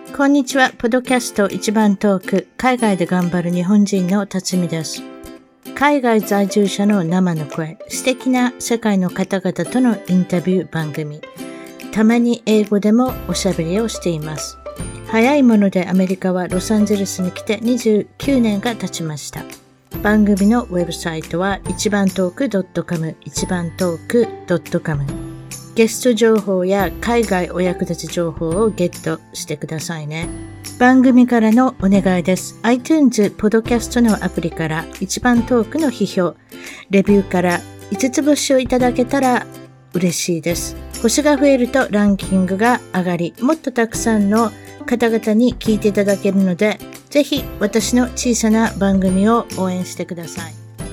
こんにちは。ポッドキャスト一番トーク、海外で頑張る日本人の辰巳です。海外在住者の生の声、素敵な世界の方々とのインタビュー番組。たまに英語でもおしゃべりをしています。早いものでアメリカはロサンゼルスに来て29年が経ちました。番組のウェブサイトは一番トーク .com、一番トーク .com。ゲスト情報や海外お役立ち情報をゲットしてくださいね。番組からのお願いです。iTunes ポッドキャストのアプリから一番トークの批評、レビューから5つ星をいただけたら嬉しいです。星が増えるとランキングが上がり、もっとたくさんの方々に聞いていただけるので、ぜひ私の小さな番組を応援してください。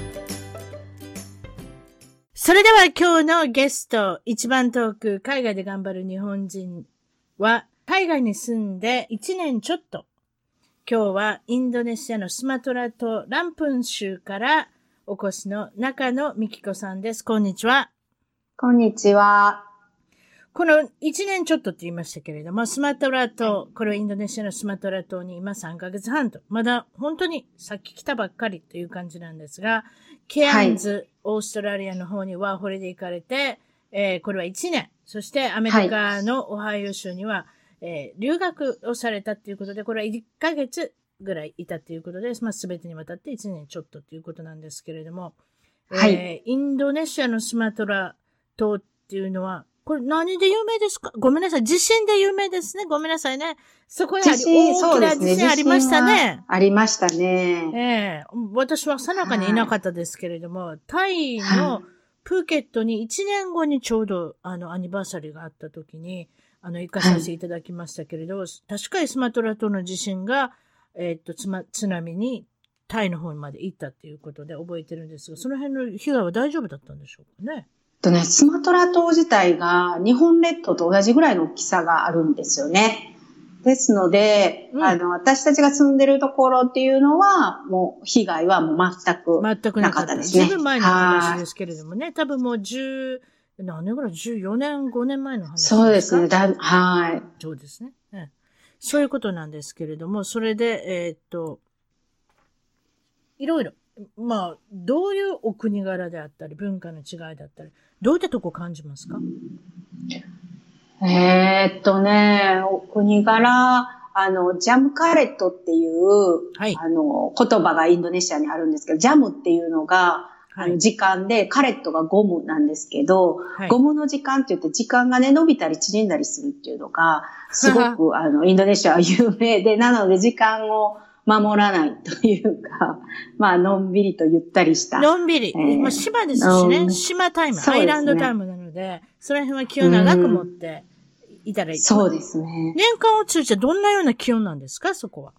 それでは今日のゲスト、一番トーク、海外で頑張る日本人は、海外に住んで1年ちょっと。今日はインドネシアのスマトラ島ランプン州からお越しの中野美希子さんです。こんにちは。 こんにちは。 この1年ちょっとって言いましたけれども、スマトラ島、これはインドネシアのスマトラ島に今3ヶ月半と、まだ本当にさっき来たばっかりという感じなんですが、ケアンズ、オーストラリアの方にワーホリで行かれて、これは1年。そしてアメリカのオハイオ州には、留学をされたということで、これは1ヶ月ぐらいいたということで、まあ、全てにわたって1年ちょっとということなんですけれども、インドネシアのスマトラ島っていうのは、これ何で有名ですか？ごめんなさい。地震で有名ですね。ごめんなさいね。そこに大きな地震ありましたね。 ありましたね。 私は最中にいなかったですけれども、タイのプーケットに1年後にちょうどアニバーサリーがあった時に、行かさせていただきましたけれど、確かにスマトラ島の地震が、津波にタイの方まで行ったっていうことで覚えてるんですが、その辺の被害は大丈夫だったんでしょうかね。 スマトラ島自体が日本列島と同じぐらいの大きさがあるんですよね。ですので、私たちが住んでるところっていうのは、もう被害はもう全くなかったですね。 ずいぶん前の話ですけれどもね、多分もう何年ぐらい ?14 年、5年前の話ですか？ そうですね。はい。 そうですね。そういうことなんですけれども、それで、いろいろ、まあ、どういうお国柄であったり、文化の違いだったり、どういったとこ感じますか？ お国柄、ジャムカレットっていう、言葉がインドネシアにあるんですけど、ジャムっていうのが、時間で、カレットがゴムなんですけど、ゴムの時間って言って時間がね、伸びたり縮んだりするっていうのが、すごく、インドネシアは有名で、なので時間を守らないというか、まあ、のんびりとゆったりした。 のんびり。まあ、島ですしね、島タイム、アイランドタイムなので、その辺は気を長く持っていたらいい。 そうですね。 年間を通じてどんなような気温なんですか、そこは。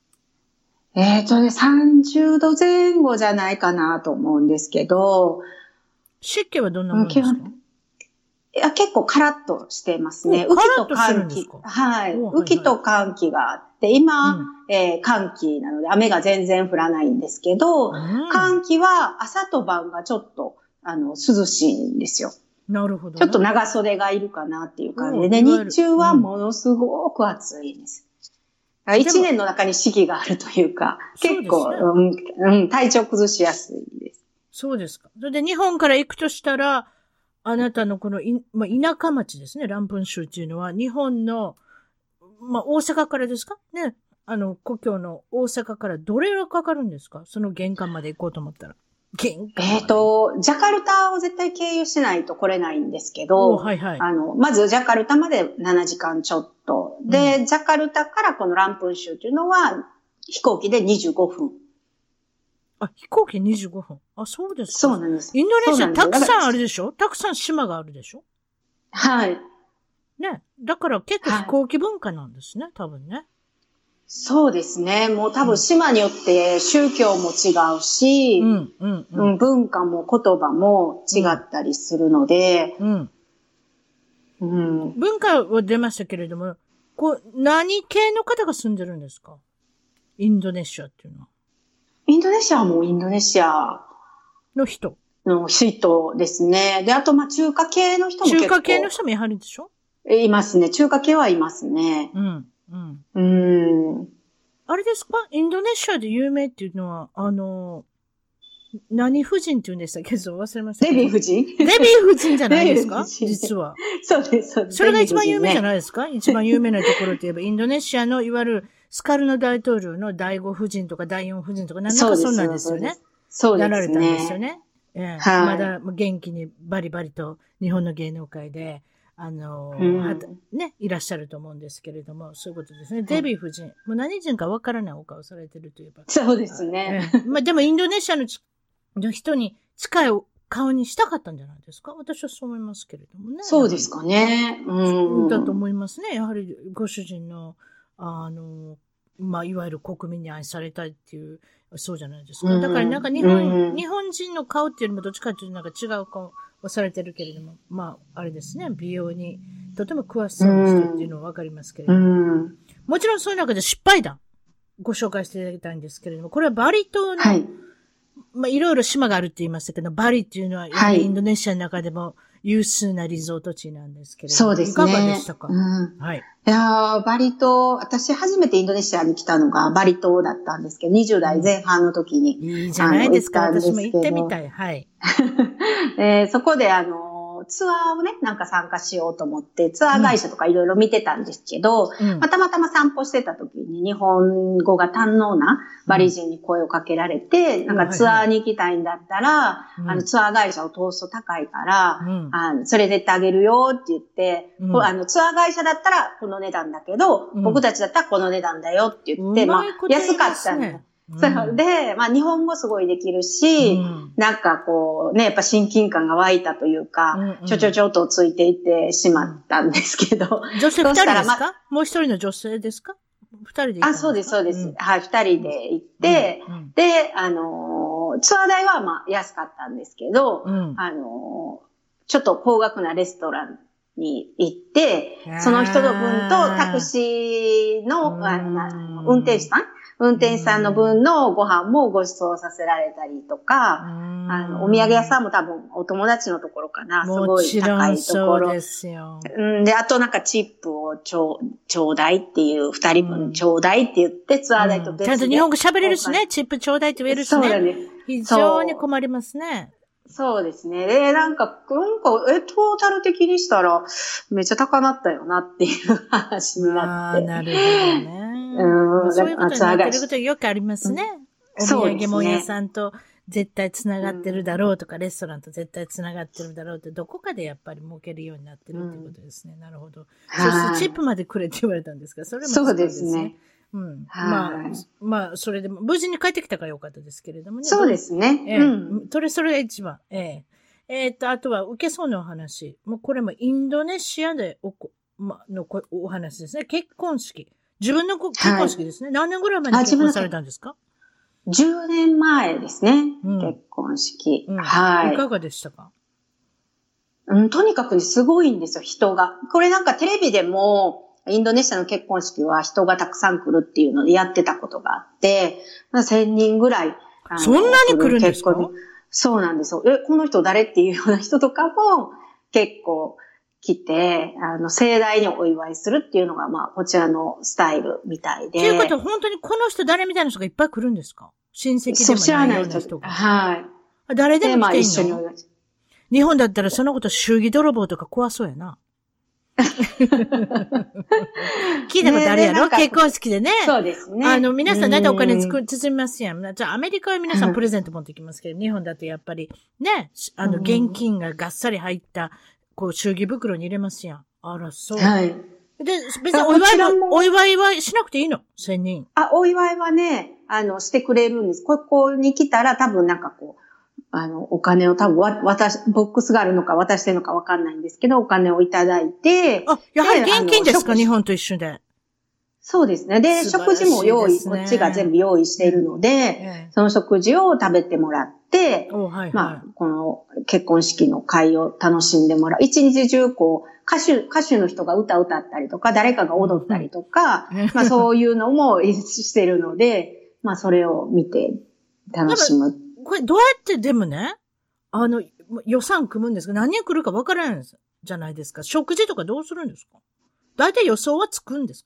30度前後じゃないかなと思うんですけど。 湿気はどんなものですか？ いや、結構カラッとしてますね。雨季と寒気。はい。雨季と寒気があって、今、寒気なので雨が全然降らないんですけど、寒気は朝と晩がちょっと、涼しいんですよ。 なるほど、ね。 ちょっと長袖がいるかなっていう感じで、日中はものすごく暑いです。一年の中に四季があるというか、結構、体調崩しやすいです。 そうですか。それで日本から行くとしたら、あなたのこの田舎町ですね、ランプン州っていうのは、日本の、大阪からですかね。故郷の大阪からどれぐらいかかるんですか？その玄関まで行こうと思ったら。 ジャカルタを絶対経由しないと来れないんですけど、まずジャカルタまで7時間ちょっと。で、ジャカルタからこのランプン州っていうのは飛行機で25分。 飛行機25分。そうですか。 そうなんです。 インドネシアたくさんあるでしょ？たくさん島があるでしょ？ はい。 ね。だから結構飛行機文化なんですね、多分ね。 そうですね。もう多分島によって宗教も違うし、文化も言葉も違ったりするので、 文化は出ましたけれども、何系の方が住んでるんですか？インドネシアっていうのは。 インドネシアはもうインドネシアの人ですね。で、あと中華系の人も結構。 中華系の人もやはりでしょ？ いますね。中華系はいますね。 あれですか？インドネシアで有名っていうのは、何夫人って言うんでしたっけ？そう忘れました。 デヴィ夫人？ デヴィ夫人じゃないですか？実は。 そうです、そうです。 それが一番有名じゃないですか？一番有名なところといえば、インドネシアのいわゆるスカルノ大統領の第5夫人とか第4夫人とかなんかそうなんですよね。 そうですね。 やられたんですよね。まだ元気にバリバリと日本の芸能界で、ね、いらっしゃると思うんですけれども、そういうことですね。デヴィ夫人。もう何人かわからないお顔されてるといえば。 そうですね。 まあでもインドネシアの人に近い顔にしたかったんじゃないですか？私はそう思いますけれどもね。 そうですかね。 だと思いますね。やはりご主人の、まあ、いわゆる国民に愛されたいっていう、そうじゃないですか。だからなんか日本人の顔っていうよりもどっちかっていうとなんか違う顔をされてるけれども、まあ、あれですね。美容にとても詳しそうな人っていうのはわかりますけれども。もちろんそういう中で失敗談ご紹介していただきたいんですけれども、これはバリ島の、まあ、いろいろ島があるって言いましたけど、バリっていうのは、インドネシアの中でも有数なリゾート地なんですけれども。 そうですね。 いかがでしたか？はい。 いやバリ島、私初めてインドネシアに来たのがバリ島だったんですけど、20代前半の時に。 いいじゃないですか。私も行ってみたい。はい。 そこでツアーをね、なんか参加しようと思って、ツアー会社とかいろいろ見てたんですけど、たまたま散歩してた時に日本語が堪能なバリ人に声をかけられて、なんかツアーに行きたいんだったら、ツアー会社を通すと高いから、連れてってあげるよって言って、ツアー会社だったらこの値段だけど、僕たちだったらこの値段だよって言って、まあ、安かったね。そうで、まあ日本語すごいできるし、なんかこうね、やっぱ親近感が湧いたというか、ちょとついていってしまったんですけど。 女性二人ですか？もう一人の女性ですか？二人で行ったんですか？ そうです、そうです。はい、二人で行って、で、ツアー代はまあ安かったんですけど、ちょっと高額なレストランに行って、その人の分とタクシーの、運転手さんの分のご飯もご馳走させられたりとか、お土産屋さんも多分お友達のところかな、すごい高いところ。 そうですよ。 で、あとなんかチップをちょうだいっていう、二人分ちょうだいって言ってツアー代と別で、 ちゃんと日本語喋れるしね、チップちょうだいって言えるしね。そうなんです。非常に困りますね。 そうですね。で、なんか、トータル的にしたら、めっちゃ高なったよなっていう話になって。 なるほどね。そういうことになってることよくありますね。お土産物屋さんと絶対つながってるだろうとか、レストランと絶対つながってるだろうって、どこかでやっぱり儲けるようになってるっていうことですね。なるほど。そしてチップまでくれって言われたんですか？それもそうですね。 まあ、それでも、無事に帰ってきたからよかったですけれどもね。 そうですね。 それが一番。あとは、受けそうなお話。もうこれもインドネシアでのお話ですね。結婚式。自分の結婚式ですね。何年ぐらい前に結婚されたんですか ？10年前ですね。結婚式。はい。 いかがでしたか？ とにかくすごいんですよ、人が。これなんかテレビでも、インドネシアの結婚式は人がたくさん来るっていうのでやってたことがあって、1000人ぐらい。 そんなに来るんですか？ そうなんですよ。この人誰っていうような人とかも結構来て、盛大にお祝いするっていうのが、まあ、こちらのスタイルみたいで。 ということは本当にこの人誰みたいな人がいっぱい来るんですか？親戚でもないような人が。 はい。 誰でも来てんの？ 一緒にお祝い。 日本だったらそのこと祝儀泥棒とか怖そうやな。聞いたことあるやろ？結婚式でね。 そうですね。 皆さんだいたいお金包みますやん。じゃあアメリカは皆さんプレゼント持ってきますけど、日本だとやっぱりね、現金ががっさり入った、こう、祝儀袋に入れますやん。あら、そう。 はい。 で、別にお祝いはしなくていいの？1000人。 お祝いはね、してくれるんです。ここに来たら多分なんかこう、お金を多分ボックスがあるのか渡してるのかわかんないんですけど、お金をいただいて。 やはり現金ですか？日本と一緒で。 そうですね。で、食事もこっちが全部用意しているので、その食事を食べてもらって、まあ、この結婚式の会を楽しんでもらう。一日中こう、歌手の人が歌ったりとか、誰かが踊ったりとか、まあそういうのもしてるので、まあそれを見て楽しむ。 これどうやってでもね、予算組むんですか？何人来るか分からないじゃないですか。食事とかどうするんですか？大体予想はつくんですか？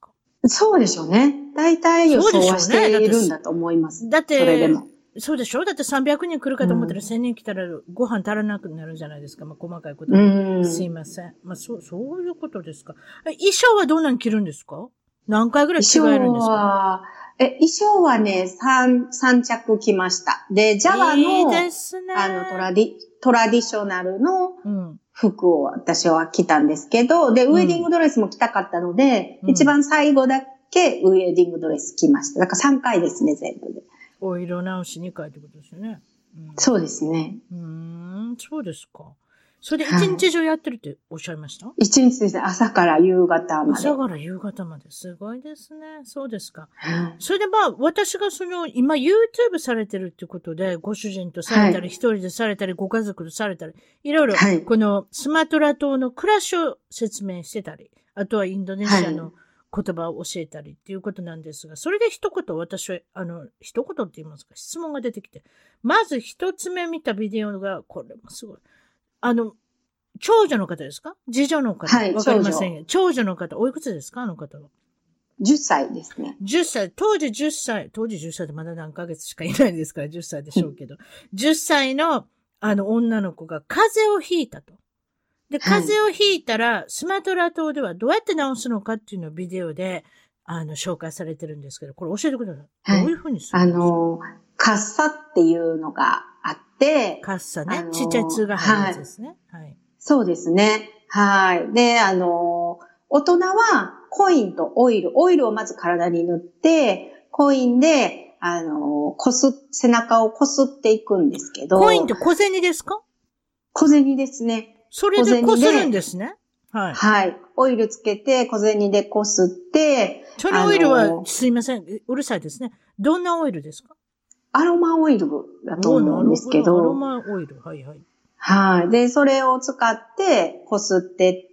そうでしょうね。大体予想はしているんだと思います。 だって、 それでも。 そうでしょ？だって300人来るかと思ったら1000人来たらご飯足らなくなるじゃないですか。まあ、細かいことすいません。まあ、そういうことですか。衣装はどんなに着るんですか？何回ぐらい着替えるんですか？ 衣装はね、3着着ました。で、ジャワの、 いいですね。 トラディショナルの服を私は着たんですけど、で、ウェディングドレスも着たかったので、一番最後だけウェディングドレス着ました。だから3回ですね、全部で。 お色直し2回ってことですよね。 そうですね。 そうですか。それで一日中やってるっておっしゃいました？ 一日ですね。朝から夕方まで。 朝から夕方まで。すごいですね。そうですか。それでまあ、私が今 YouTube されてるってことで、ご主人とされたり、一人でされたり、ご家族とされたり、いろいろ、このスマトラ島の暮らしを説明してたり、あとはインドネシアの言葉を教えたりっていうことなんですが、それで一言私は、一言って言いますか、質問が出てきて、まず一つ目見たビデオが、これもすごい。長女の方ですか？次女の方？はい。わかりませんが。長女の方、おいくつですか？あの方は。 10歳ですね。 10歳。当時10歳でまだ何ヶ月しかいないですから10歳でしょうけど。10歳の、女の子が風邪をひいたと。で、風邪をひいたら、スマトラ島ではどうやって治すのかっていうのをビデオで、紹介されてるんですけど、これ教えてください。はい、どういうふうにするんですか？ カッサっていうのがあって、 カッサね。ちっちゃい通が入るやつですね。はい。 そうですね。はい。で、大人はコインとオイルをまず体に塗って、コインで、背中をこすっていくんですけど。 コインって小銭ですか？ 小銭ですね。 それでこするんですね。はい。 はい。オイルつけて、小銭でこすって、 そのオイルは、すいません、うるさいですね。どんなオイルですか？ アロマオイルだと思うんですけど。 アロマオイル。はいはい。 はい。で、それを使ってこすってって、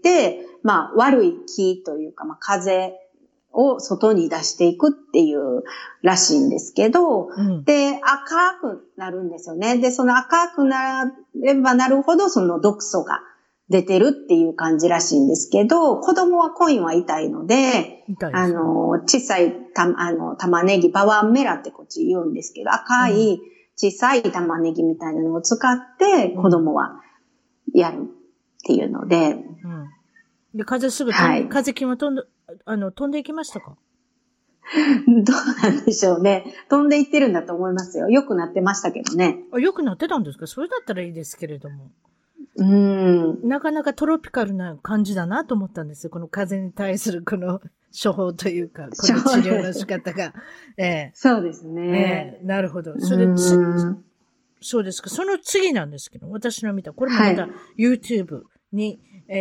まあ、悪い気というか、まあ、風を外に出していくっていうらしいんですけど、で、赤くなるんですよね。で、その赤くなればなるほど、その毒素が出てるっていう感じらしいんですけど、子供はコインは痛いので、小さい玉ねぎ、バワンメラってこっち言うんですけど、赤い小さい玉ねぎみたいなのを使って子供はやるっていうので。 で、風すぐ風気は飛んでいきましたか？ どうなんでしょうね。飛んでいってるんだと思いますよ。良くなってましたけどね。 良くなってたんですか？それだったらいいですけれども。なかなかトロピカルな感じだなと思ったんですよ。この風に対するこの処方というか、この治療の仕方が。 そうですね。 なるほど。そうですか。その次なんですけど、私の見た、これもまた YouTube に、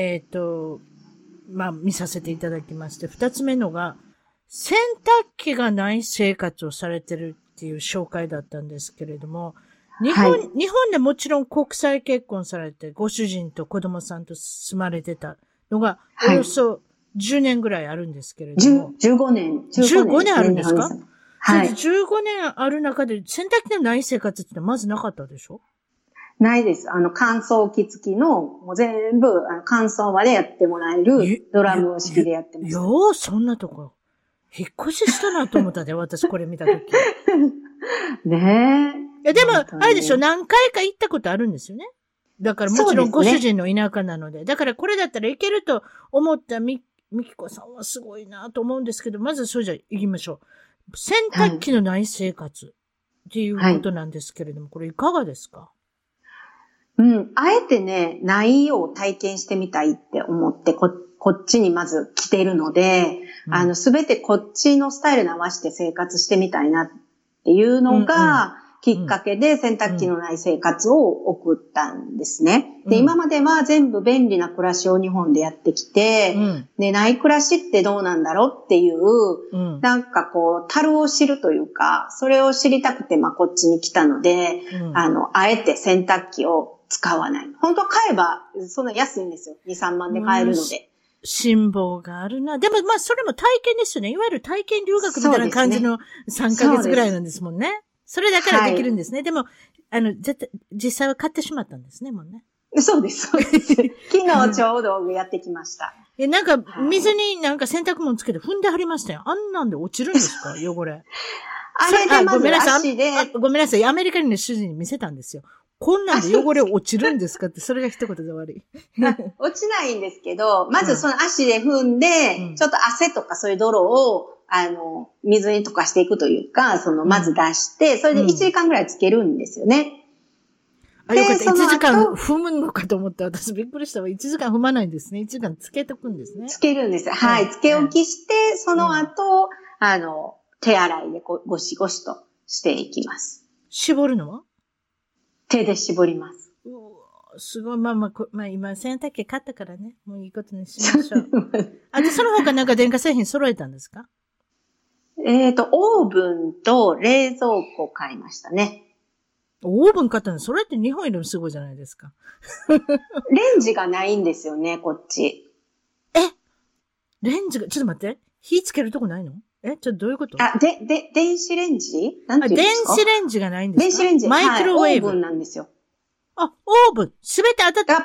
まあ、見させていただきまして、二つ目のが、洗濯機がない生活をされてるっていう紹介だったんですけれども、日本でもちろん国際結婚されて、ご主人と子供さんと住まれてたのが、およそ10年ぐらいあるんですけれども。 15年。 15年あるんですか？ はい。 15年ある中で、洗濯機のない生活ってまずなかったでしょ？ ないです。乾燥機付きの、もう全部、乾燥までやってもらえるドラム式でやってます。 よう、そんなとこ。引っ越ししたなと思ったで、私これ見たとき。 ねえ。 いや、でも、あれでしょ、何回か行ったことあるんですよね。だからもちろんご主人の田舎なので。だからこれだったらいけると思ったみきこさんはすごいなと思うんですけど、まずそれじゃ行きましょう。洗濯機のない生活っていうことなんですけれども、これいかがですか？ あえてね、ないを体験してみたいって思って、こっちにまず来てるので、すべてこっちのスタイルに合わせて生活してみたいなっていうのが、きっかけで洗濯機のない生活を送ったんですね。で、今までは全部便利な暮らしを日本でやってきて、で、ない暮らしってどうなんだろうっていう、なんかこう、樽を知るというか、それを知りたくて、まあ、こっちに来たので、あえて洗濯機を使わない。本当は買えば、そんな安いんですよ。2、3万で買えるので。 辛抱があるな。でも、まあ、それも体験ですよね。いわゆる体験留学みたいな感じの3ヶ月ぐらいなんですもんね。それだからできるんですね。でも、実際は買ってしまったんですね、もうね。 そうです。昨日ちょうどやってきました。 なんか、水になんか洗濯物つけて踏んではりましたよ。あんなんで落ちるんですか汚れ。 あれでまず足で。 ごめんなさい。アメリカにね、主人に見せたんですよ。こんなんで汚れ落ちるんですかって、それが一言で終わり。 落ちないんですけど、まずその足で踏んで、ちょっと汗とかそういう泥を、水に溶かしていくというか、まず出して、それで1時間ぐらいつけるんですよね。 あ、よかった。1時間踏むのかと思った。私びっくりしたわ。1時間踏まないんですね。1時間つけとくんですね。 つけるんです。はい。つけ置きして、その後、手洗いでゴシゴシとしていきます。 絞るのは？ 手で絞ります。 すごい。まあ今洗濯機買ったからね。もういいことにしましょう。あとその他なんか電化製品揃えたんですか？ オーブンと冷蔵庫買いましたね。 オーブン買ったの？それって日本よりもすごいじゃないですか。 レンジがないんですよね、こっち。 レンジが、ちょっと待って。火つけるとこないの？ちょっとどういうこと？ 電子レンジなんていうんですか？ 電子レンジがないんですか？ 電子レンジ。 マイクロウェーブ。 オーブンなんですよ。 オーブン。すべて当たって。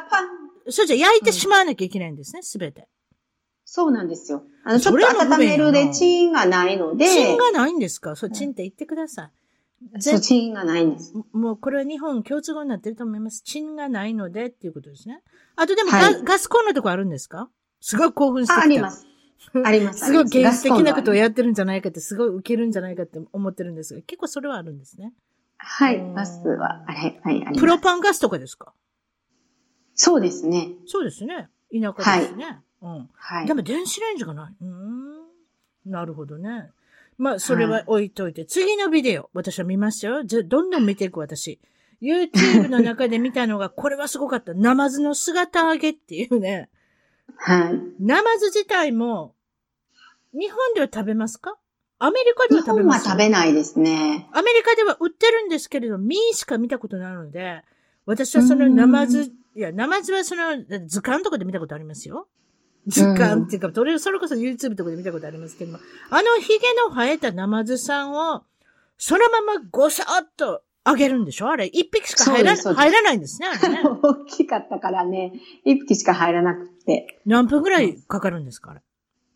そうじゃ、焼いてしまわなきゃいけないんですね、すべて。 そうなんですよ。ちょっと温めるでチンがないので。 チンがないんですか？そう、チンって言ってください。 そう、チンがないんです。 もうこれは日本共通語になってると思います。チンがないのでっていうことですね。あとでも、ガスコンロとかあるんですか？すごい興奮してきた。 あります。あります。 すごい原始的なことをやってるんじゃないかって、すごい受けるんじゃないかって思ってるんですが、結構それはあるんですね。 はい、ガスは、はい、あります。 プロパンガスとかですか？ そうですね。 そうですね。田舎ですね。 はい。 でも電子レンジがない。なるほどね。まあ、それは置いといて。次のビデオ、私は見ましたよ。どんどん見ていく私。YouTube の中で見たのが、これはすごかった。ナマズの姿揚げっていうね。 はい。 ナマズ自体も、日本では食べますか？アメリカでは食べますか？ 日本は食べないですね。 アメリカでは売ってるんですけれど、身しか見たことないので、私はそのナマズはその図鑑とかで見たことありますよ。図鑑っていうか、それこそ YouTube とかで見たことありますけども、ヒゲの生えたナマズさんを、そのままごさっと揚げるんでしょ？あれ、一匹しか入らないんですね、あれね。 大きかったからね、一匹しか入らなくて。 何分ぐらいかかるんですか、あれ。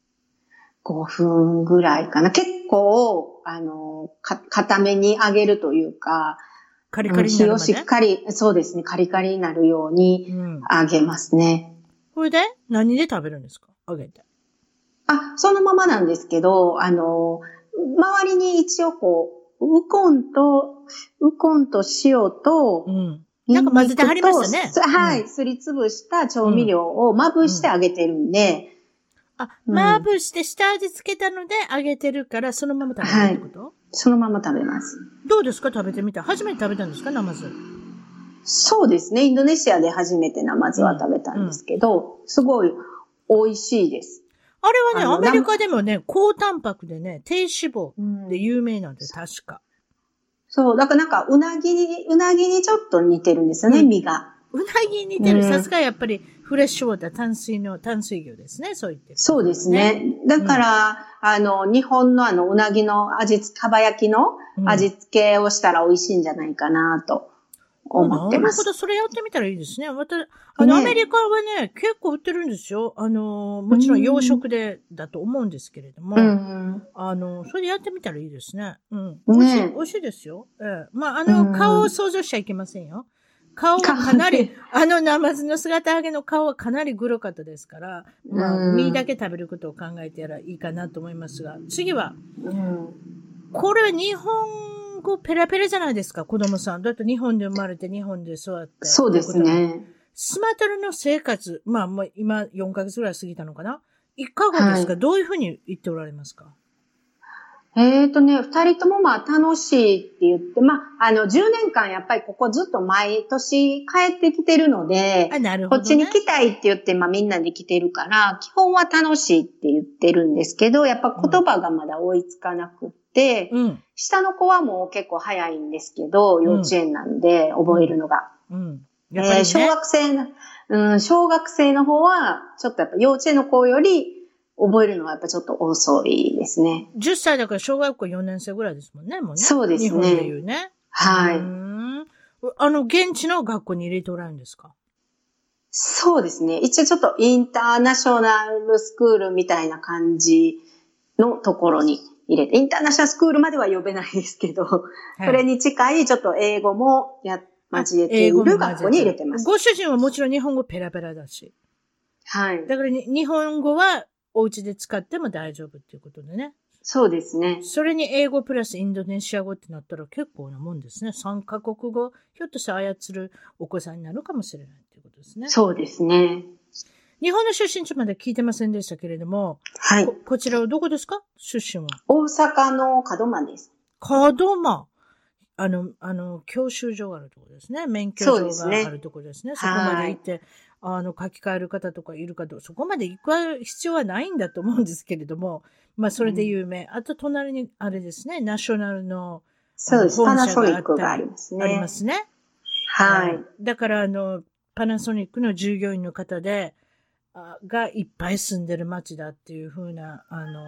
5分ぐらいかな。結構、固めに揚げるというか、 カリカリになるまで。 火をしっかり、そうですね、カリカリになるように揚げますね。 これで何で食べるんですか？揚げて。 そのままなんですけど、周りに一応ウコンと塩と、 なんか混ぜてはりましたね。 はい、すりつぶした調味料をまぶして揚げてるんで。 まぶして下味付けたので揚げてるから、そのまま食べるってこと？はい、 そのまま食べます。 どうですか？食べてみた。初めて食べたんですか？ナマズ。 そうですね。インドネシアで初めてナマズは食べたんですけど、すごい美味しいです。 あれはね、アメリカでもね、高タンパクでね、低脂肪で有名なんです、確か。 そう、だからなんか、うなぎにちょっと似てるんですよね、身が。 うなぎに似てる。さすがやっぱり、フレッシュウォーター、淡水魚ですね、そう言って、ね。 そうですね。だから、日本のうなぎのかば焼きの味付けをしたら美味しいんじゃないかなと思ってます。 なるほど、それやってみたらいいですね。アメリカはね、結構売ってるんですよ。もちろん養殖だと思うんですけれども、それでやってみたらいいですね。美味しいですよ。まあ、顔を想像しちゃいけませんよ。顔はかなり、ナマズの姿揚げの顔はかなりグロかったですから、まあ、身だけ食べることを考えてやらいいかなと思いますが、次は、これは日本語ペラペラじゃないですか、子供さん。だって日本で生まれて日本で育って。 そうですね。 スマトラの生活、まあもう今4ヶ月ぐらい過ぎたのかな？いかがですか？どういうふうに言っておられますか？ 二人ともまあ楽しいって言って、まあ、10年間やっぱりここずっと毎年帰ってきてるので、 なるほどね、 こっちに来たいって言って、まあみんなで来てるから、基本は楽しいって言ってるんですけど、やっぱ言葉がまだ追いつかなくって、下の子はもう結構早いんですけど、幼稚園なんで覚えるのが。 やっぱりね、 小学生の方は、ちょっとやっぱ幼稚園の子より、覚えるのはやっぱちょっと遅いですね。 10歳だから小学校4年生ぐらいですもんね、もうね。 そうですね。 日本でいうね。 はい。 現地の学校に入れておられるんですか？ そうですね。一応ちょっとインターナショナルスクールみたいな感じのところに入れて、インターナショナルスクールまでは呼べないですけど、はい、それに近いちょっと英語も交えている学校に入れてます。 ご主人はもちろん日本語ペラペラだし。 はい。 だから日本語はお家で使っても大丈夫っていうことでね。 そうですね。 それに英語プラスインドネシア語ってなったら結構なもんですね。3カ国語、ひょっとして操るお子さんになるかもしれないっていうことですね。 そうですね。 日本の出身地まで聞いてませんでしたけれども。 はい。 こちらはどこですか？出身は。 大阪の門真です。 門真。教習所があるところですね。免許証があるところですね。そこまで行って、書き換える方とかいるかと、そこまで行く必要はないんだと思うんですけれども、まあ、それで有名。あと、隣に、あれですね、ナショナルの、 そうです。パナソニックがありますね。 ありますね。 はい。 だから、パナソニックの従業員の方で、がいっぱい住んでる街だっていう風な、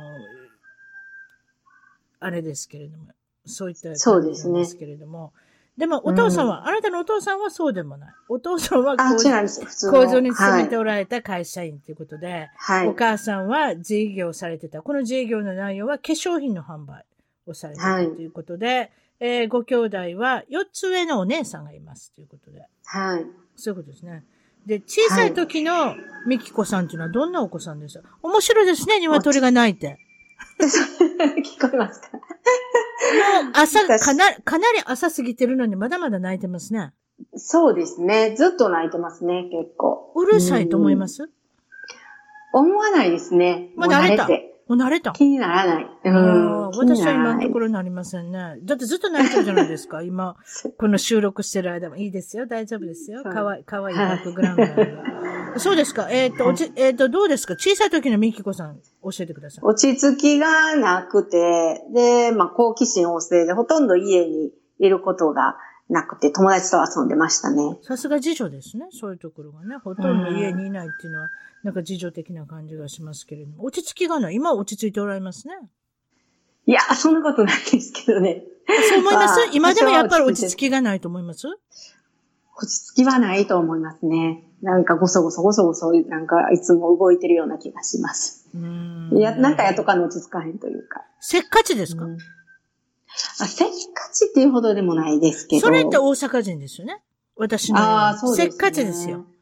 あれですけれども。そういった感じなんですけれども。でも、お父さんは、あなたのお父さんはそうでもない。お父さんは工場に勤めておられた会社員ということで、はい、お母さんは自営業をされてた。この自営業の内容は化粧品の販売をされてたということで、ご兄弟は4つ上のお姉さんがいますということで。 はい。 そういうことですね。で、小さい時のミキコさんというのはどんなお子さんですか？面白いですね、鶏が鳴いて。 聞こえますか？ もうかなり朝過ぎてるのにまだまだ泣いてますね。 そうですね。ずっと泣いてますね、結構。 うるさいと思います？ 思わないですね。 もう慣れた。もう慣れた。 気にならない。 私は今のところなりませんね。だってずっと泣いてるじゃないですか。今、この収録してる間もいいですよ。大丈夫ですよ。かわいいバックグラウンドが。そうですか。どうですか？小さい時のミキコさん、教えてください。 落ち着きがなくて、で、好奇心旺盛で、ほとんど家にいることがなくて、友達と遊んでましたね。 さすが次女ですね。そういうところがね。ほとんど家にいないっていうのは、なんか次女的な感じがしますけれども。落ち着きがない。今は落ち着いておられますね。 いや、そんなことないですけどね。 そう思います？今でもやっぱり落ち着きがないと思います？ 落ち着きはないと思いますね。なんかごそごそ、なんかいつも動いてるような気がします。いや、なんかやっとかの落ち着かへんというか。 せっかちですか？ せっかちっていうほどでもないですけど。 それって大阪人ですよね。私のそうですね。 せっかちですよ。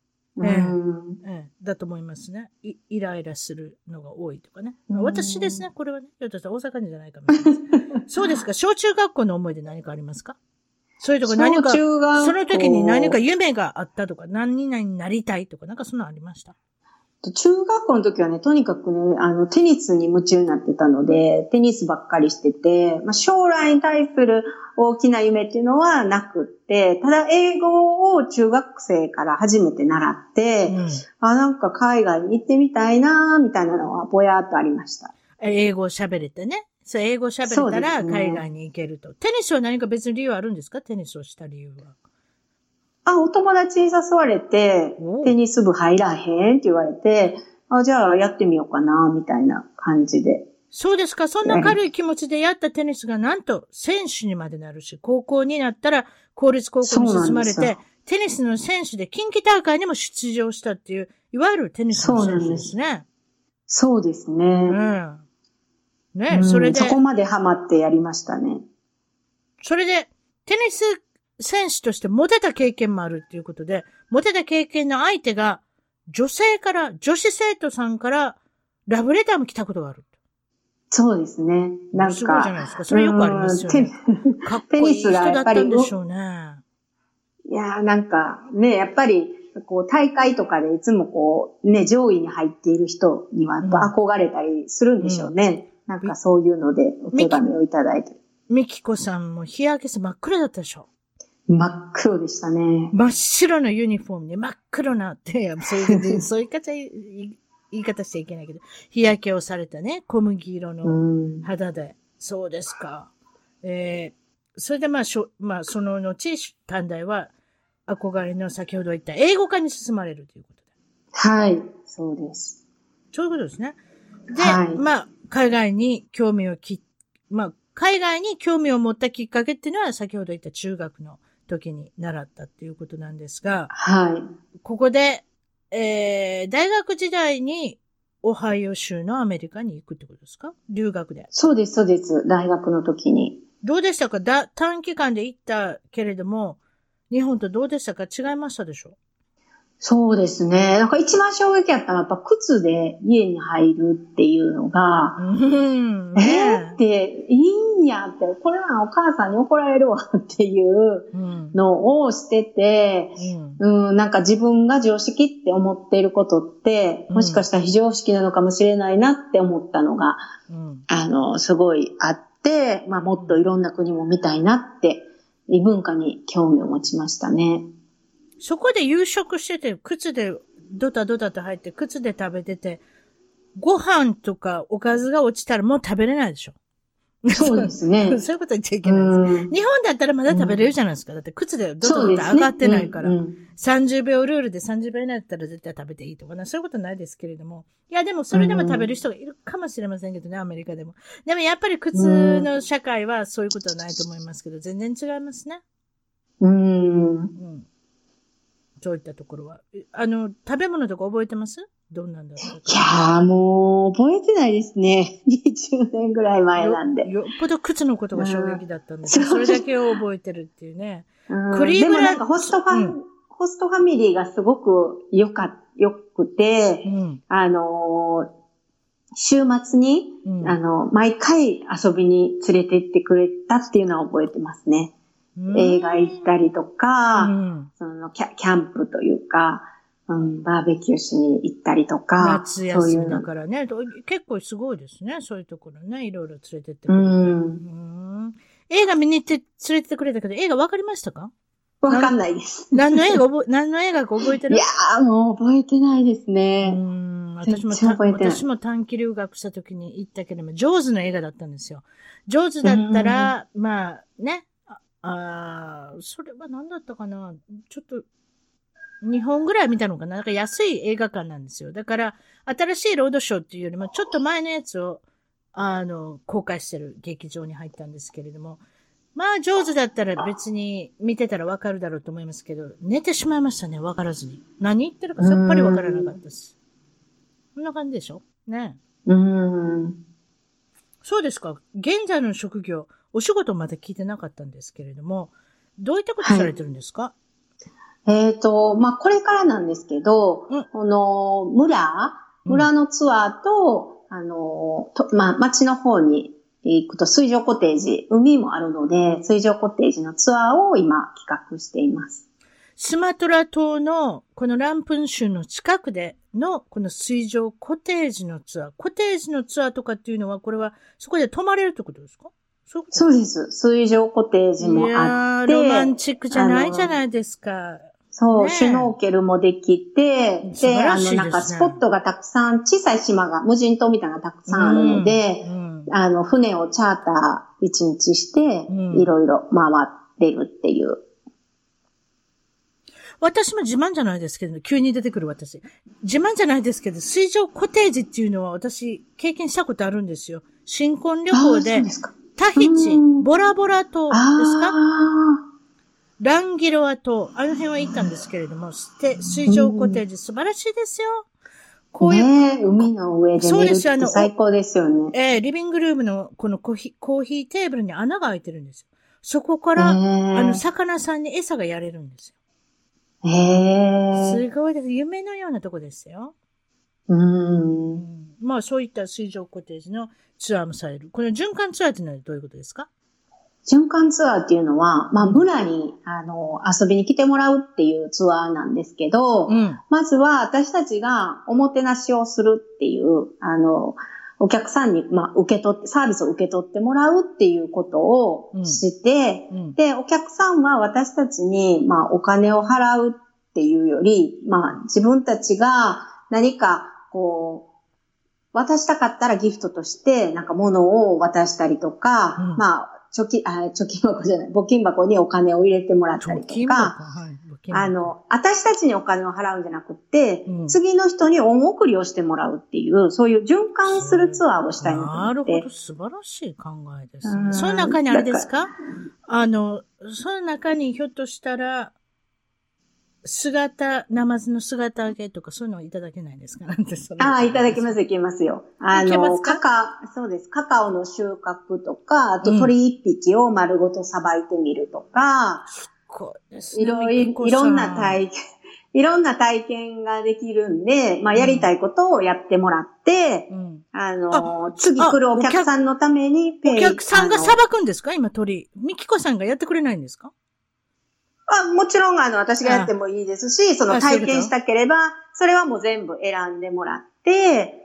だと思いますね。イライラするのが多いとかね。私ですね、これはね。ひょっとしたら大阪人じゃないかもしれないです。そうですか。小中学校の思い出何かありますか？そういうとこ何か、その時に何か夢があったとか、何々になりたいとか、なんかそんなのありました？ 中学校の時はね、とにかくね、テニスに夢中になってたので、テニスばっかりしてて、将来に対する大きな夢っていうのはなくって、ただ英語を中学生から初めて習って、なんか海外に行ってみたいなみたいなのはぼやっとありました。 英語を喋れてね。そう、英語喋れたら海外に行けると。テニスは何か別に理由あるんですか？テニスをした理由は。 お友達に誘われて、テニス部入らへんって言われて、じゃあやってみようかな、みたいな感じで。 そうですか。そんな軽い気持ちでやったテニスがなんと選手にまでなるし、高校になったら公立高校に進まれて、テニスの選手で近畿大会にも出場したっていう、いわゆるテニスの選手ですね。 そうですね。 ね、それで。 そこまでハマってやりましたね。 それで、テニス選手としてモテた経験もあるっていうことで、モテた経験の相手が、女子生徒さんからラブレターも来たことがある。 そうですね。なんか。 すごいじゃないですか。それよくありますよね。かっこいい人だったんでしょうね。 いやーなんかね、やっぱり、大会とかでいつも上位に入っている人には憧れたりするんでしょうね。なんかそういうのでお手紙をいただいて。 ミキコさんも日焼けして真っ黒だったでしょ？ 真っ黒でしたね。 真っ白のユニフォームで真っ黒なって、そういう言い方しちゃいけないけど、日焼けをされたね、小麦色の肌で。そうですか。それでその後、短大は憧れの先ほど言った英語科に進まれるということで。 はい、そうです。 そういうことですね。で、海外に興味を持ったきっかけっていうのは先ほど言った中学の時に習ったっていうことなんですが、 はい。 ここで、大学時代にオハイオ州のアメリカに行くってことですか？留学で。 そうです、そうです。大学の時に。 どうでしたか？短期間で行ったけれども、日本とどうでしたか？違いましたでしょ？ そうですね。なんか一番衝撃やったのはやっぱ靴で家に入るっていうのが、っていいんやって、これはお母さんに怒られるわっていうのをしてて、なんか自分が常識って思っていることって、もしかしたら非常識なのかもしれないなって思ったのが、すごいあって、まあもっといろんな国も見たいなって、異文化に興味を持ちましたね。 そこで夕食してて、靴でドタドタと入って、靴で食べてて、ご飯とかおかずが落ちたらもう食べれないでしょ？ そうですね。 そういうこと言っちゃいけないです。日本だったらまだ食べれるじゃないですか。だって靴でドタドタ上がってないから。30秒ルールで30秒以内だったら絶対食べていいとかね。そういうことないですけれども。いやでもそれでも食べる人がいるかもしれませんけどね、アメリカでも。でもやっぱり靴の社会はそういうことはないと思いますけど、全然違いますね。そういったところは。食べ物とか覚えてます？どんなんだったか。 いやーもう覚えてないですね。20年ぐらい前なんで。 よっぽど靴のことが衝撃だったんですよ。それだけを覚えてるっていうね。 でもなんかホストファミリーがすごくよくて、週末に、毎回遊びに連れて行ってくれたっていうのは覚えてますね。映画行ったりとか、キャンプというか、バーベキューしに行ったりとか。 夏休みだからね。結構すごいですね。そういうところね。いろいろ連れてってくれて。映画見に行って連れてってくれたけど、映画わかりましたか？ わかんないです。 何の映画か覚えてる？ いやー、もう覚えてないですね。 私も短期留学した時に行ったけども、ジョーズの映画だったんですよ。ジョーズだったら、まあね、それは何だったかな？ちょっと、2本ぐらい見たのかな？なんか安い映画館なんですよ。だから、新しいロードショーっていうよりも、ちょっと前のやつを、公開してる劇場に入ったんですけれども、まあ、上手だったら別に見てたらわかるだろうと思いますけど、寝てしまいましたね、わからずに。何言ってるかさっぱりわからなかったです。こんな感じでしょ？ね。そうですか。現在の職業、お仕事まで聞いてなかったんですけれども、どういったことされてるんですか？ まあ、これからなんですけど、この村のツアーと、まあ、町の方に行くと水上コテージ、海もあるので、水上コテージのツアーを今企画しています。 スマトラ島のこのランプン州の近くでのこの水上コテージのツアー。コテージのツアーとかっていうのは、これはそこで泊まれるってことですか？ そうです。水上コテージもあって。 いやー、ロマンチックじゃないじゃないですか。 そう、シュノーケルもできて、で、なんかスポットがたくさん、小さい島が、無人島みたいなのがたくさんあるので、船をチャーター1日して、いろいろ回ってるっていう。 私も自慢じゃないですけど、急に出てくる私。自慢じゃないですけど、水上コテージっていうのは私、経験したことあるんですよ。新婚旅行で、タヒチ、ボラボラ島ですか？ランギロア島、あの辺は行ったんですけれども、水上コテージ素晴らしいですよ。 こういう。海の上で寝るって最高ですよね。 リビングルームのこのコーヒーテーブルに穴が開いてるんですよ。そこから、魚さんに餌がやれるんですよ。すごいです。夢のようなとこですよ。まあそういった水上コテージのツアーもされる。この循環ツアーっていうのはどういうことですか？ 循環ツアーっていうのは、まあ村に、遊びに来てもらうっていうツアーなんですけど、まずは私たちがおもてなしをするっていう、お客さんに、まあ、サービスを受け取ってもらうっていうことをして、で、お客さんは私たちに、まあ、お金を払うっていうより、まあ、自分たちが何か、渡したかったらギフトとして、なんか物を渡したりとか、まあ、貯金箱じゃない、募金箱にお金を入れてもらったりとか、 私たちにお金を払うんじゃなくて、次の人に恩送りをしてもらうっていう、そういう循環するツアーをしたいなと思って。 なるほど、素晴らしい考えですね。その中にあれですか？その中にひょっとしたら、ナマズの姿揚げとかそういうのはいただけないですか？なんてそいただきます、いけますよ。そうです。カカオの収穫とか、あと鳥一匹を丸ごとさばいてみるとか、いろんな体験ができるんで、やりたいことをやってもらって、次来るお客さんのためにお客さんがさばくんですか？今鳥。ミキコさんがやってくれないんですか？ もちろん、私がやってもいいですし、その体験したければ、それはもう全部選んでもらって、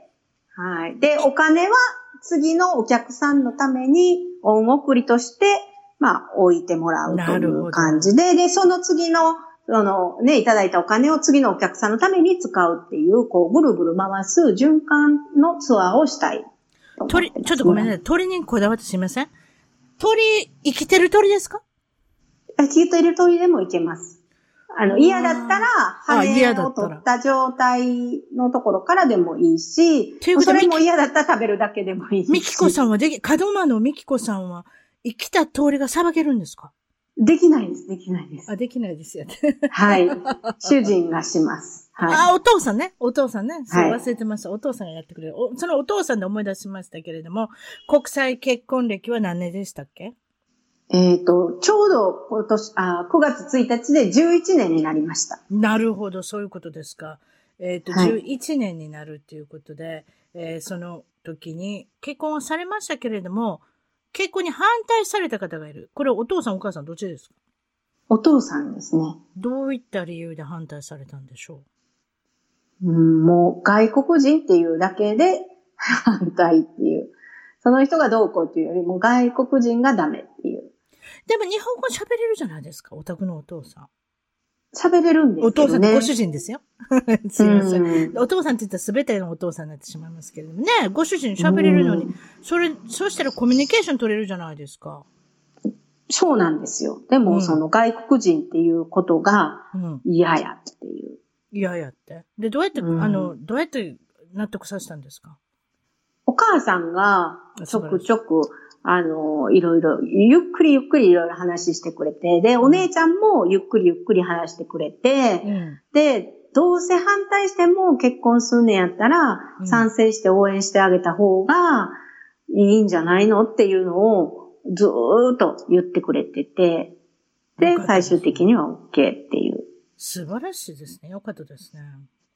はい。で、お金は次のお客さんのために、恩送りとして、置いてもらうという感じで、で、その次の、いただいたお金を次のお客さんのために使うっていう、ぐるぐる回す循環のツアーをしたいと思ってますね。 ちょっとごめんなさい。鳥にこだわってすみません。生きてる鳥ですか？ 生きてる鳥でもいけます。嫌だったら、羽を取った状態のところからでもいいし、それも嫌だったら食べるだけでもいいし。 ミキコさんは門間のミキコさんは、生きた鳥がさばけるんですか？ できないです。できないです。 できないですよ。 はい。主人がします。 はい。お父さんね。そう、忘れてました。お父さんがやってくれる。そのお父さんで思い出しましたけれども、国際結婚歴は何年でしたっけ？ ちょうど今年、9月1日で11年になりました。 なるほど、そういうことですか。11年になるということで、その時に結婚はされましたけれども、結婚に反対された方がいる。これお父さんお母さんどっちですか？ お父さんですね。 どういった理由で反対されたんでしょう？もう外国人っていうだけで反対っていう。その人がどうこうっていうよりも外国人がダメっていう。 でも日本語喋れるじゃないですか、お宅のお父さん。 喋れるんですよね。 お父さんってご主人ですよ。すいません。お父さんって言ったら全てのお父さんになってしまいますけれどもね、ご主人喋れるのに、そうしたらコミュニケーション取れるじゃないですか。 そうなんですよ。でも、その外国人っていうことが嫌やっていう。 嫌やって。で、どうやって納得させたんですか？ お母さんがちょくちょく、いろいろ、ゆっくりいろいろ話してくれて、で、お姉ちゃんもゆっくり話してくれて、で、どうせ反対しても結婚すんねやったら、賛成して応援してあげた方がいいんじゃないのっていうのをずーっと言ってくれてて、で、最終的には OK っていう。 素晴らしいですね。よかったですね。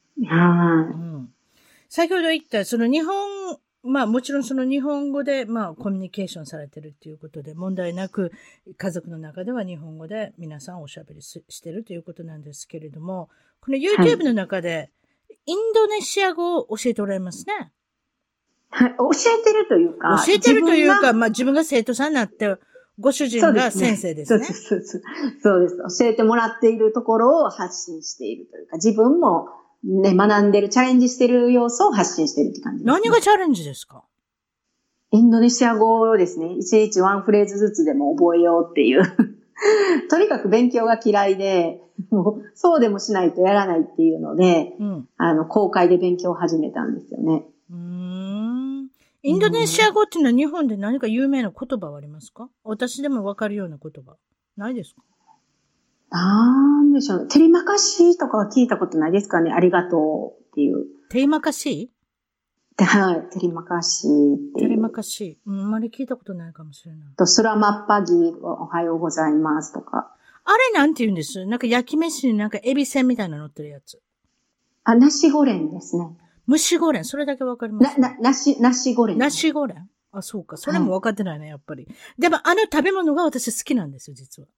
先ほど言った、その日本、もちろんその日本語で、コミュニケーションされてるっていうことで、問題なく、家族の中では日本語で皆さんおしゃべりしてるということなんですけれども、この YouTube の中で、インドネシア語を教えておられますね。 はい、教えてるというか。 自分が生徒さんになって、ご主人が先生ですね。 そうです。教えてもらっているところを発信しているというか、自分も、学んでる、チャレンジしてる要素を発信してるって感じです、ね。 何がチャレンジですか？ インドネシア語をですね、一日ワンフレーズずつでも覚えようっていう。とにかく勉強が嫌いで、もうそうでもしないとやらないっていうので、公開で勉強を始めたんですよね。 インドネシア語っていうのは日本で何か有名な言葉はありますか？私でもわかるような言葉。ないですか？ なんでしょうね。テリマカシーとかは聞いたことないですかね。ありがとうっていう。 テリマカシー？はい。テリマカシーっていう。 テリマカシー。あんまり聞いたことないかもしれない。 スラマッパギー、おはようございますとか。 あれなんて言うんです？なんか焼き飯になんかエビせんみたいなの乗ってるやつ。 ナシゴレンですね。 蒸しゴレン。それだけわかります、 ね。ナシゴレン。 ナシゴレン。あ、そうか。それもわかってないね、やっぱり。でも食べ物が私好きなんですよ、実は。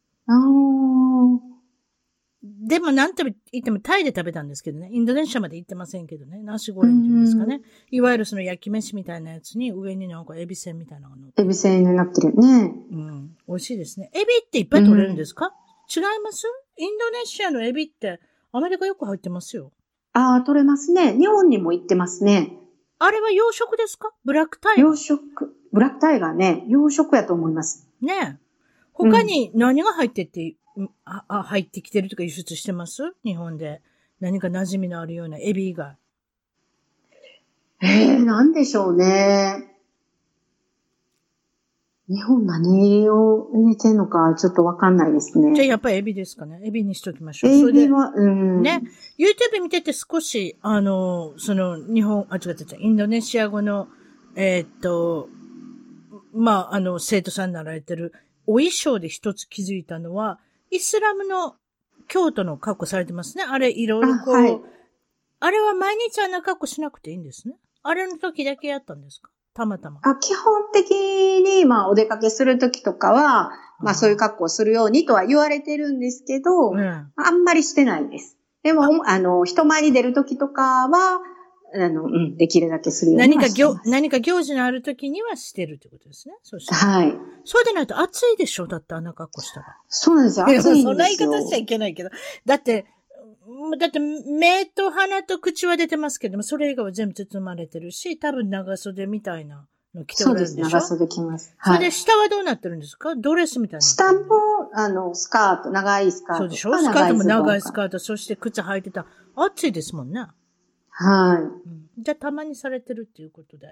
でもなんと言ってもタイで食べたんですけどね。インドネシアまで行ってませんけどね。ナシゴレンっていうんですかね。いわゆるその焼き飯みたいなやつに上になんかエビせんみたいなのが乗ってる。 エビせんになってるね。 美味しいですね。エビっていっぱい取れるんですか？違います？インドネシアのエビってアメリカよく入ってますよ。 取れますね。日本にも行ってますね。 あれは養殖ですか？ブラックタイガー。 養殖。ブラックタイガーね。養殖やと思います。 ねえ。他に何が入ってって入ってきてるとか輸出してます？日本で。何か馴染みのあるようなエビ以外。 なんでしょうね。日本何を入れてんのかちょっとわかんないですね。 じゃあやっぱりエビですかね。エビにしときましょう。 エビは、 ね。YouTube 見てて少し、インドネシア語の、生徒さんになられてる、お衣装で一つ気づいたのは、イスラムの京都の格好されてますね。あれ、いろいろこう、あれは毎日あんな格好しなくていいんですね。あれの時だけやったんですか？たまたま。 基本的に、お出かけする時とかは、そういう格好をするようにとは言われてるんですけど、あんまりしてないです。でも、人前に出る時とかは、できるだけするようにはしてます。 何か行事のある時にはしてるってことですね。そうしたはい。 そうでないと暑いでしょ？だってあんな格好したら。 そうなんですよ。暑いんですよ。 そんな言い方しちゃいけないけど。だって目と鼻と口は出てますけども、それ以外は全部包まれてるし、多分長袖みたいなの着てるんでしょ？ そうです。長袖着ます。 はい。それで下はどうなってるんですか？ドレスみたいな。 下も、スカート、長いスカート。 そうでしょ？スカートも長いスカート、そして靴履いてた。暑いですもんね。 はい。 じゃあたまにされてるっていうことで。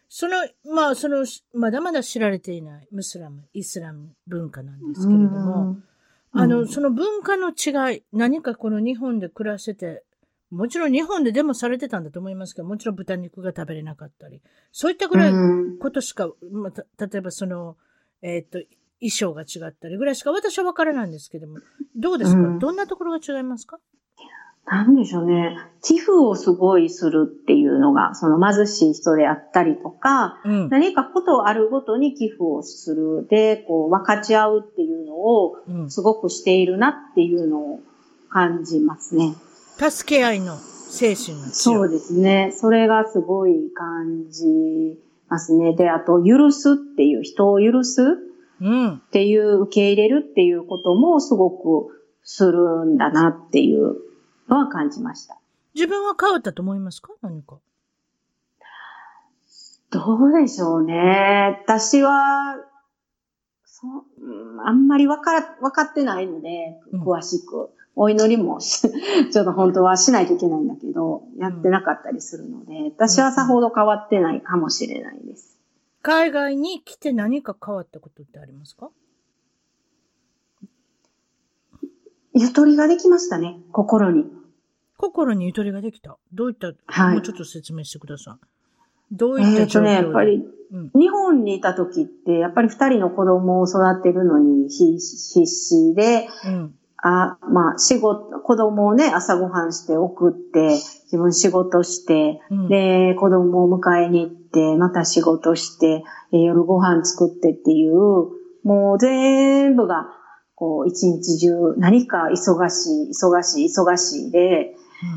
まだまだ知られていないイスラム文化なんですけれども、その文化の違い、何かこの日本で暮らしてて、もちろん日本でデモされてたんだと思いますけど、もちろん豚肉が食べれなかったり、そういったぐらいことしか、例えば衣装が違ったりぐらいしか私は分からないんですけども、どうですか？どんなところが違いますか？ なんでしょうね。寄付をすごいするっていうのが、その貧しい人であったりとか、何かことあるごとに寄付をする。で、こう、分かち合うっていうのを、すごくしているなっていうのを感じますね。 助け合いの精神の強い。 そうですね。それがすごい感じますね。で、あと、許すっていう、人を許すっていう、受け入れるっていうこともすごくするんだなっていうのは感じました。 自分は変わったと思いますか？何か。 どうでしょうね。私は、あんまり分かってないので、詳しく。お祈りもちょっと本当はしないといけないんだけど、やってなかったりするので、私はさほど変わってないかもしれないです。 海外に来て何か変わったことってありますか？ ゆとりができましたね、心に。 心にゆとりができた。どういった、もうちょっと説明してください。どういった状況で？ やっぱり、日本にいた時って、やっぱり2人の子供を育てるのに必死で、子供をね、朝ごはんして送って、自分仕事して、で、子供を迎えに行って、また仕事して、夜ご飯作ってっていう、もう全部が、こう、一日中何か忙しいで、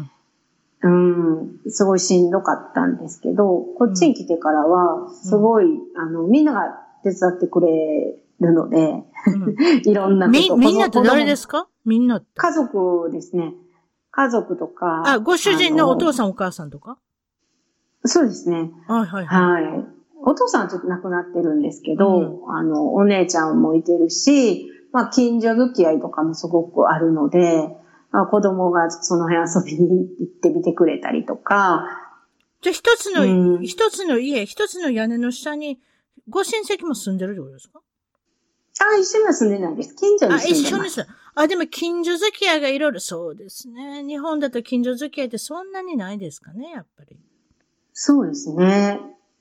すごいしんどかったんですけど、こっちに来てからは、すごい、みんなが手伝ってくれるので、いろんなこと。 みんなって誰ですか？みんなって。 家族ですね。家族とか。 ご主人のお父さんお母さんとか？ そうですね。はい。お父さんはちょっと亡くなってるんですけど、お姉ちゃんもいてるし、近所付き合いとかもすごくあるので、子供がその辺遊びに行ってみてくれたりとか。 じゃあ一つの家、一つの屋根の下にご親戚も住んでるってことですか？ 一緒には住んでないです。近所に住んでます。 一緒に住んで。でも近所付き合いがいろいろ、そうですね。日本だと近所付き合いってそんなにないですかね、やっぱり。 そうですね。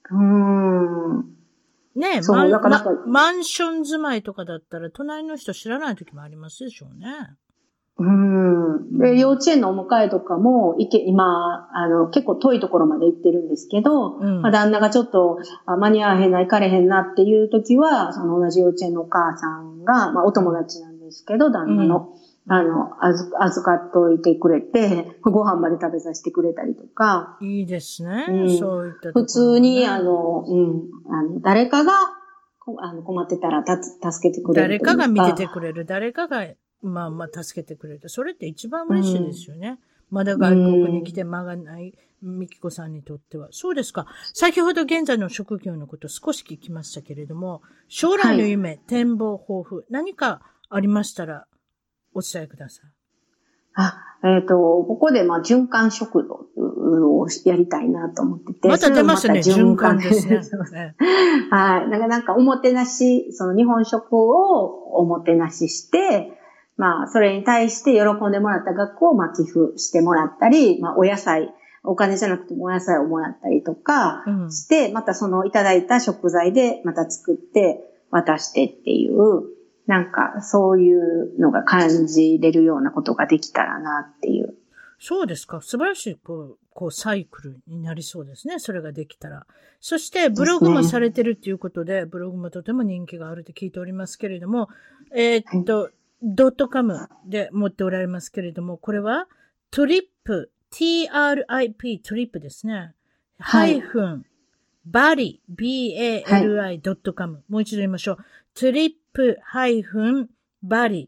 ねえ、マンション住まいとかだったら、隣の人知らない時もありますでしょうね。 で、幼稚園のお迎えとかも、今、結構遠いところまで行ってるんですけど、旦那がちょっと、間に合わへんな、行かれへんなっていう時は、その同じ幼稚園のお母さんが、お友達なんですけど、旦那の、預かっといてくれて、ご飯まで食べさせてくれたりとか。 いいですね。そういったところ、ね。 普通に、誰かが、困ってたら助けてくれる。 誰かが見ててくれる。誰かが、助けてくれる。それって一番嬉しいですよね。まだ外国に来て間がないみきこさんにとっては。そうですか。先ほど現在の職業のこと少し聞きましたけれども、将来の夢、展望、抱負、何かありましたらお伝えください。 ここで循環食堂っていうのをやりたいなと思ってて。 また出ましたね、循環ですね。 はい。なんかおもてなし、その日本食をおもてなしして、それに対して喜んでもらった額を寄付してもらったり、お野菜、お金じゃなくてもお野菜をもらったりとかして、またそのいただいた食材でまた作って渡してっていう、なんかそういうのが感じれるようなことができたらなっていう。 そうですか。素晴らしい、サイクルになりそうですね。それができたら。そして、ブログもされてるっていうことで、ブログもとても人気があるって聞いておりますけれども、.com で持っておられますけれども、これは、トリップ、TRIP、トリップですね。 はい。 bali, BALI.com、もう一度言いましょう。トリップ -bali,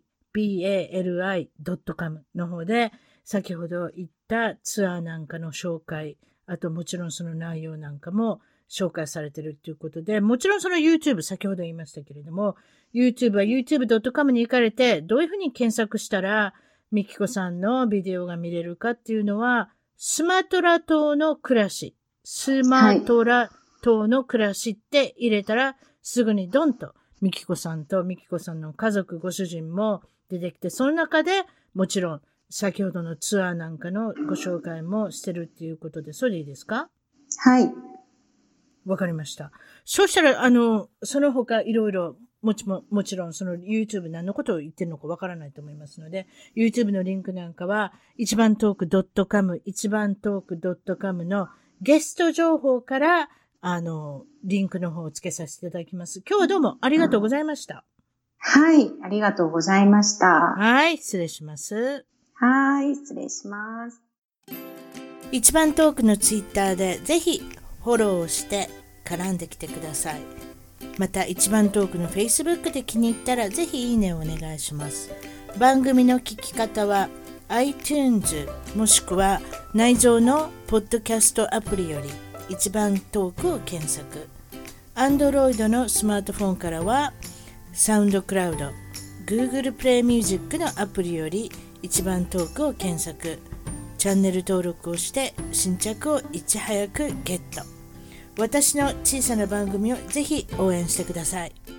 BALI.com の方で、先ほど言ったツアーなんかの紹介、あともちろんその内容なんかも紹介されているということで、もちろんその YouTube、先ほど言いましたけれども、YouTube は YouTube.com に行かれて、どういうふうに検索したら、みきこさんのビデオが見れるかっていうのは、スマトラ島の暮らし、スマトラ島の暮らしって入れたら、すぐにドンとみきこさんとみきこさんの家族、ご主人も出てきて、その中でもちろん先ほどのツアーなんかのご紹介もしてるっていうことで、それでいいですか？ はい。 わかりました。そうしたら、その他いろいろ、もちろんその YouTube 何のことを言ってるのかわからないと思いますので、YouTube のリンクなんかは、一番トーク .com、一番トーク .com のゲスト情報から、リンクの方を付けさせていただきます。今日はどうもありがとうございました。 はい、ありがとうございました。 はい、失礼します。 はい、失礼します。 一番トークのツイッターでぜひフォローをして絡んできてください。また一番トークの Facebook で気に入ったらぜひいいねをお願いします。番組の聞き方は iTunes もしくは内蔵のポッドキャストアプリより一番トークを検索。Android のスマートフォンからはサウンドクラウド、Google プレイミュージックのアプリより一番トークを検索。チャンネル登録をして新着をいち早くゲット。私の小さな番組をぜひ応援してください。